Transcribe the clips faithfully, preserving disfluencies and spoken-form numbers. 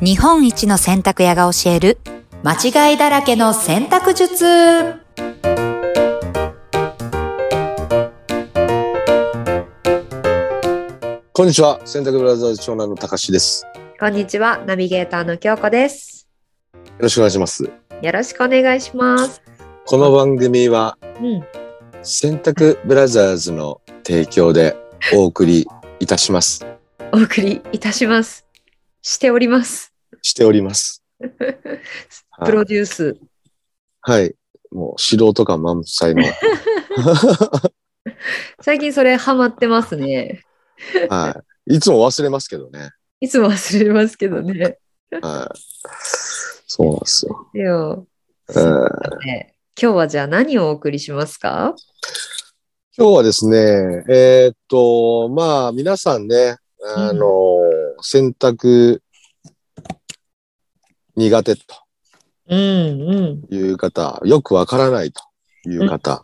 日本一の洗濯屋が教える間違いだらけの洗濯術。 こんにちは、洗濯ブラザーズ長男の高志です。 こんにちは、ナビゲーターの京子です。 よろしくお願いします。 よろしくお願いします。 この番組は、 うん、 洗濯ブラザーズの提供でお送りいたします。 お送りいたします。しております。 しております。 プロデュース。 はい。もう素人感満載の。 最近それハマってますね。 はい。いつも忘れますけどね。 いつも忘れますけどね。 はい。そうなんですよ。 でよ、 えー、 今日はじゃあ何をお送りしますか？ 今日はですね、えー、っと、まあ皆さんね、あの、うん、洗濯苦手という方、うんうん、よくわからないという方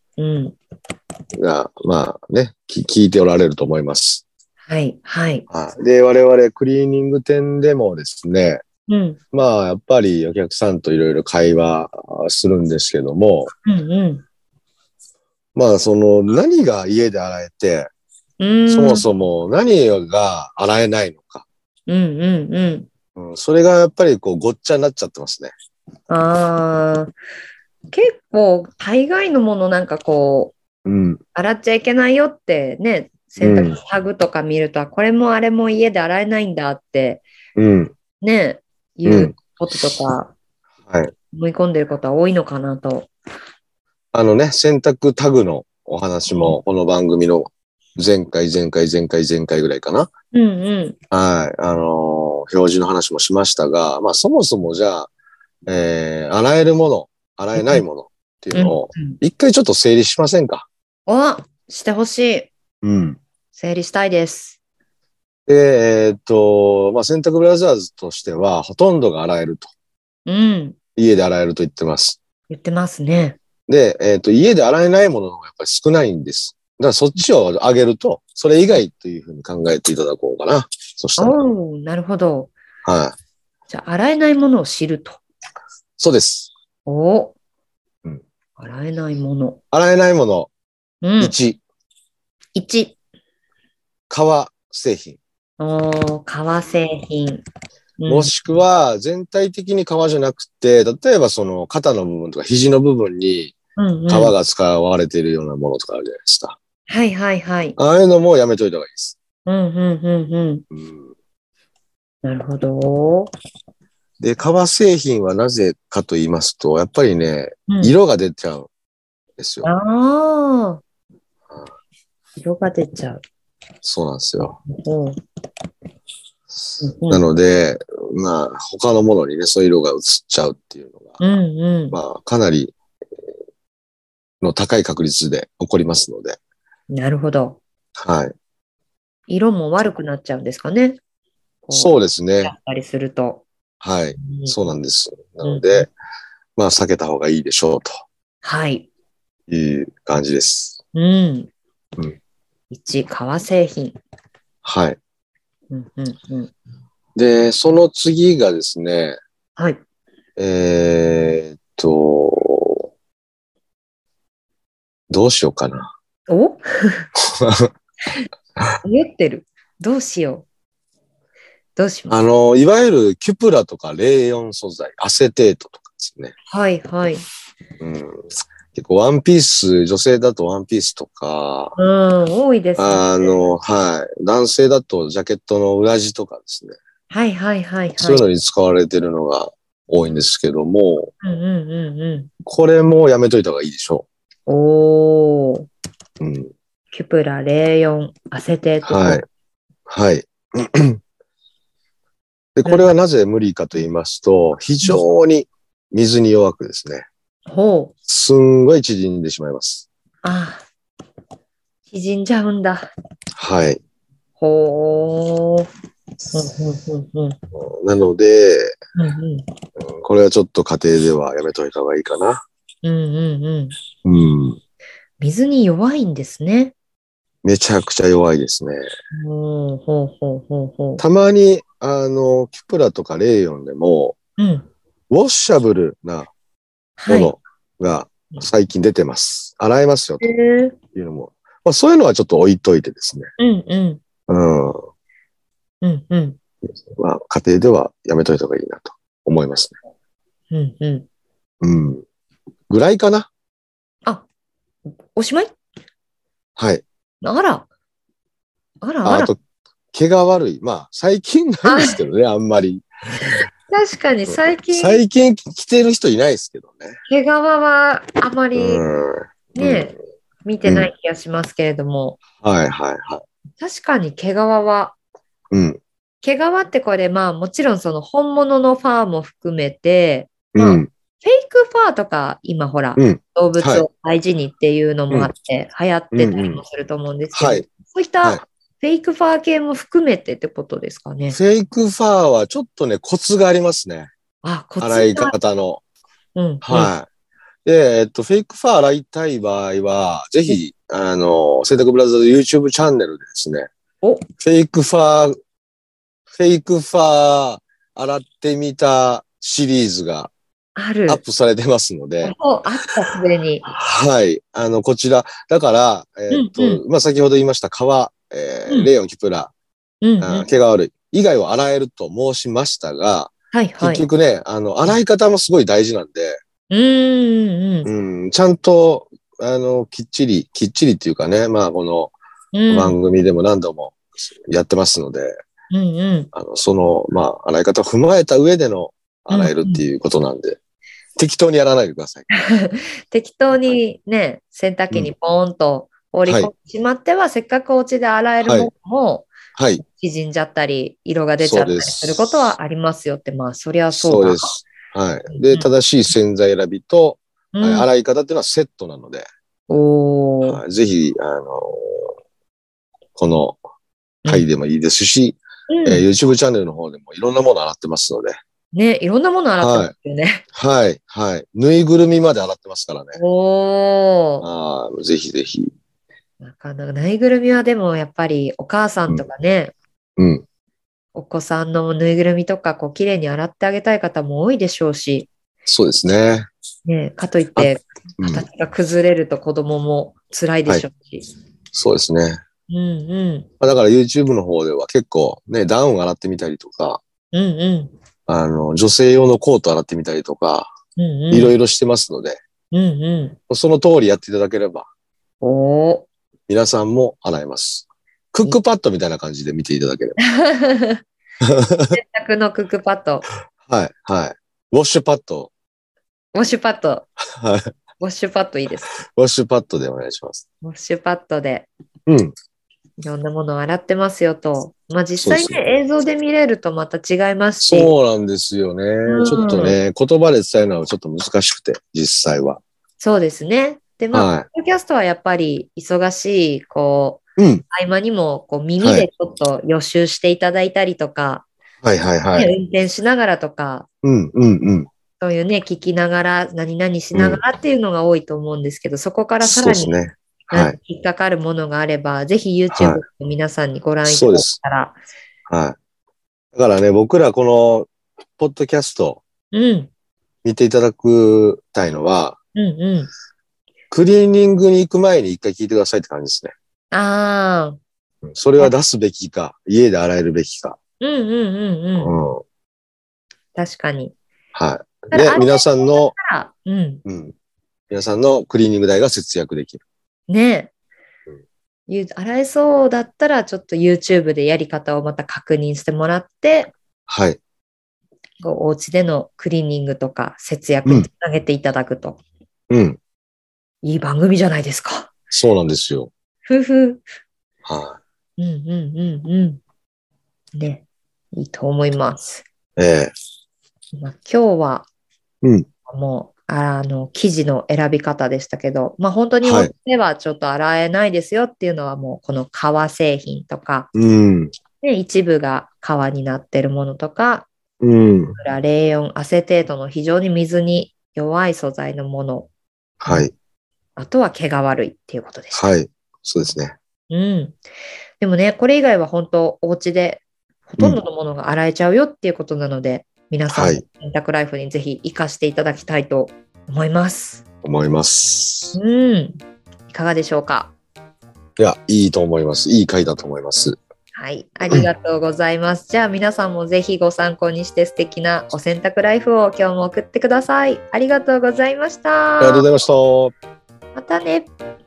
が、うん、まあね、聞いておられると思います。 はい、はい。 で、我々クリーニング店でもですね、うん、まあやっぱりお客さんといろいろ会話するんですけども、うんうん、まあその何が家で洗えて、そもそも何が洗えないのか、うんうんうんうん、それがやっぱりこうごっちゃになっちゃってますね。 あー、結構大概のものなんかこう、うん、洗っちゃいけないよってね、洗濯タグとか見ると、うん、これもあれも家で洗えないんだって、うん、ね、いうこととか、うん、はい、思い込んでることは多いのかなと。 あのね、洗濯タグのお話もこの番組の前回前回前回前回ぐらいかな。うんうん。はい。あのー、表示の話もしましたが、まあそもそもじゃあ、えー、洗えるもの、洗えないものっていうのを、一回ちょっと整理しませんか？ お、してほしい。うん。整理したいです。 で、えー、っと、まあ洗濯ブラザーズとしては、ほとんどが洗えると。うん。家で洗えると言ってます。 言ってますね。 で、えー、っと、家で洗えないものの方がやっぱり少ないんです。だからそっちを上げると、それ以外というふうに考えていただこうかな。そしたら。 おー、なるほど。 はい。 じゃあ、洗えないものを知ると。 そうです。 お、うん、洗えないもの。 洗えないもの。うん、いち。 いち。 革製品。 おー、革製品。 うん、もしくは、全体的に革じゃなくて、例えばその肩の部分とか肘の部分に革が使われているようなものとかあるじゃないですか。 はいはいはい。 ああいうのもやめといた方がいいです。 うんうんうんうん。うん、なるほど。 で、革製品はなぜかと言いますと、やっぱりね、うん、色が出ちゃうんですよ。 ああ。色が出ちゃう。 そうなんですよ。うんうん、なので、まあ、他のものにね、そういう色が映っちゃうっていうのが、うんうん、まあ、かなりの高い確率で起こりますので。 なるほど。 はい。 色も悪くなっちゃうんですかね。 そうですね。 やったりすると。 はい。うん、そうなんです。なので、うん、まあ、避けた方がいいでしょうと。 はい。 いう感じです。 うん。うん。いち、革製品。 はい。 うんうんうん。 で、その次がですね。 はい。 えー、っと、どうしようかな。 お言ってる。どうしよう。どうします？ あの、いわゆるキュプラとかレーヨン素材、アセテートとかですね。 はいはい。 うん、結構ワンピース、女性だとワンピースとか、 うん、多いですね。 あの、はい。男性だとジャケットの裏地とかですね。 はいはいはいはい。 そういうのに使われてるのが多いんですけども、 うんうんうんうん、これもやめといた方がいいでしょう。おー。うん。 キュプラレーヨンアセテート。 はい。はい。で、これはなぜ無理かと言いますと、非常に水に弱くですね。 ほう。 すんごい縮んでしまいます。 ああ。縮んじゃうんだ。 はい。 ほう。 なので、うんうん、これはちょっと家庭ではやめといた方がいいかな。 うんうんうん。うん。水に弱いんですね。 めちゃくちゃ弱いですね。 ほうほうほうほうほう。 たまにあの、キュプラとかレーヨンでも、 うん、 ウォッシャブルなものが最近出てます。はい、洗えますよというのも。まあ、そういうのはちょっと置いといてですね。 うんうん。 うん。 うんうん。 まあ、家庭ではやめといた方がいいなと思いますね。うんうん。 うん。ぐらいかな。 あ、おしまい？ はい。 あら。あらあら。 あと、毛が悪い。まあ、最近ないんですけどね、あんまり。 確かに最近。 最近着てる人いないですけどね。 毛皮はあまりね、 うん、 見てない気がしますけれども。 うん、はいはいはい。 確かに毛皮は、 うん。 毛皮ってこれまあもちろんその本物のファーも含めて、まあ、 うん、 フェイクファーとか今ほら、 うん、 動物はい。 を大事にっていうのもあって流行ってたうん、うん。 りもすると思うんですけど、 はい。 そういっはい。 たフェイクファー系も含めてってことですかね。 フェイクファーはちょっとね、コツがありますね。 あ、コツ洗いが。 方の。 うん、うん。 はい。で、えっと、フェイクファー洗いたい場合は、ぜひ、あの、洗濯ブラザーズ YouTube チャンネルでですね、 お、 フェイクファー、フェイクファー洗ってみたシリーズがアッある。 プされてますので、 お、あった、すでに。 はい。あの、こちら、だから、えっうん、うん、 と、まあ、先ほど言いました、革、えー、 うん、 レイオン、キプラ、 うん、うあん。 毛が悪い。以外を洗えると申しましたが、 はい、はい。 結局ね、あの、洗い方もすごい大事なんで、 うーん、うん、 うん、ちゃんと、あの、きっちり、きっちりっていうかね、まあ、このうん、 番組でも何度もやってますので、 うん、うん、 あの、その、まあ、洗い方を踏まえた上でのうん。 洗えるっていうことなんで、適当にやらないでください。 適当にね、洗濯機にうん。 ポーンと放りはい。 込んでしまっては、せっかくお家で洗えるはい。 ものも、 はい。 縮んじゃったり、色が出ちゃったそうでりすることはす。 ありますよって、まあ、そりゃそうだ。 そうです。はい。で、 うん正しい洗剤選びと、はい、 うん。 洗い方っていうのはセットなので、 おー。 はい、ぜひ、あの、このうん。 回でもいいですし、えーうん。 YouTube チャンネルの方でもいろんなもの洗ってますので、 ね、いろんなもの洗ってまはい。 すよね。 はい。はい。ぬいぐるみまで洗ってますからね。 おー。 ああ、ぜひぜひ。 なかなか、ぬいぐるみはでもやっぱりお母さんとうん。 かね、 うん。 お子さんのぬいぐるみとか、こう、綺麗に洗ってあげたい方も多いでしょうし、 そうですね。 ね、かといっあ、 て、 うん。 形が崩れると子供も辛いではい。 しょうし。 そうですね。 うんうん。 まあだから YouTube の方では結構ね、ダウン洗ってみたりとか、 うんうん。 あの、女性用のコート洗ってみたりとか、 うんいろうん。 いろしてますので、 うんうん。 その通りやっていただければ、 おー。 皆さんも洗えます。クックパッドみたいな感じで見ていただければ。 洗濯のクックパッド、 はい、はい。ウォッシュパッド。 ウォッシュパッド、 はい。 ウォッシュパッドいいです。 ウォッシュパッドでお願いします。 ウォッシュパッドでうん。 いろんなものを洗ってますよと。まあ実際そうですね。 ね、映像で見れるとまた違いますし。 そうなんですよね。ちょっとうん。 ね、言葉で伝えるのはちょっと難しくて、実際は。 そうですね。で、まあ、ポッはドキャストはやっぱり忙しい、こう、 い。うん。 合間にもこう耳はい。 でちょっと予習していただいたりとか、 はいはいはね、 い。 運転しながらとか、 うん、うん、うん。 そういうね、聞きながら、何々しうん。 ながらっていうのが多いと思うんですけど、そこからさらにそうですね。 何かはい。 引っかかるものがあれば、ぜひは YouTube い。 の皆さんにご覧いただけそうです。 たら。 はい。だからね、僕らこの、ポッドキャストうん、 見ていただくたいのは、 うん、うクリーニングに行く前に一回聞いてくださいって感じですね。 ん。ああ、 うん、それは出すべきか、家で洗えるべきか。 うん、うん、うん、うん。 うん。 確かに。 はい。で、 ただ、あれ皆さんの、 から、うん、 うん。皆さんのクリーニング代が節約できる。 ねうん、 ゆ洗えそうだったら、ちょっと YouTube でやり方をまた確認してもらって、 はい。 こうお家でのクリーニングとか節約うん。 につなげていただくと、 うん。 いい番組じゃないですか。 そうなんですよ。 ふふ。 はうんうんうんうん。ね、いいと思います。 い。ええ。 まあ、今日はうん。 もう、あの、生地の選び方でしたけど、まあ本当におはい。 家ではちょっと洗えないですよっていうのはもうこの革製品とか、 うん。 ね、一部が革になってるものとか、 うん。 レーヨン、アセテートの非常に水に弱い素材のもの、うん、 はい。 あとは毛が悪いっていうことでした。 はい。そうですね。 うん。でもね、これ以外は本当お家でほとんどのものが洗えちゃうよっていうことなので、うん、皆さん、洗濯ライフにぜひ活かしていただきたいと思います。 思います。 うん。いかがでしょうか？ いや、いいと思います。いい回だと思います。 はい、ありがとうございます。じゃあ皆さんもぜひご参考にして素敵なお洗濯ライフを今日も送ってください。ありがとうございました。 ありがとうございました。 またね。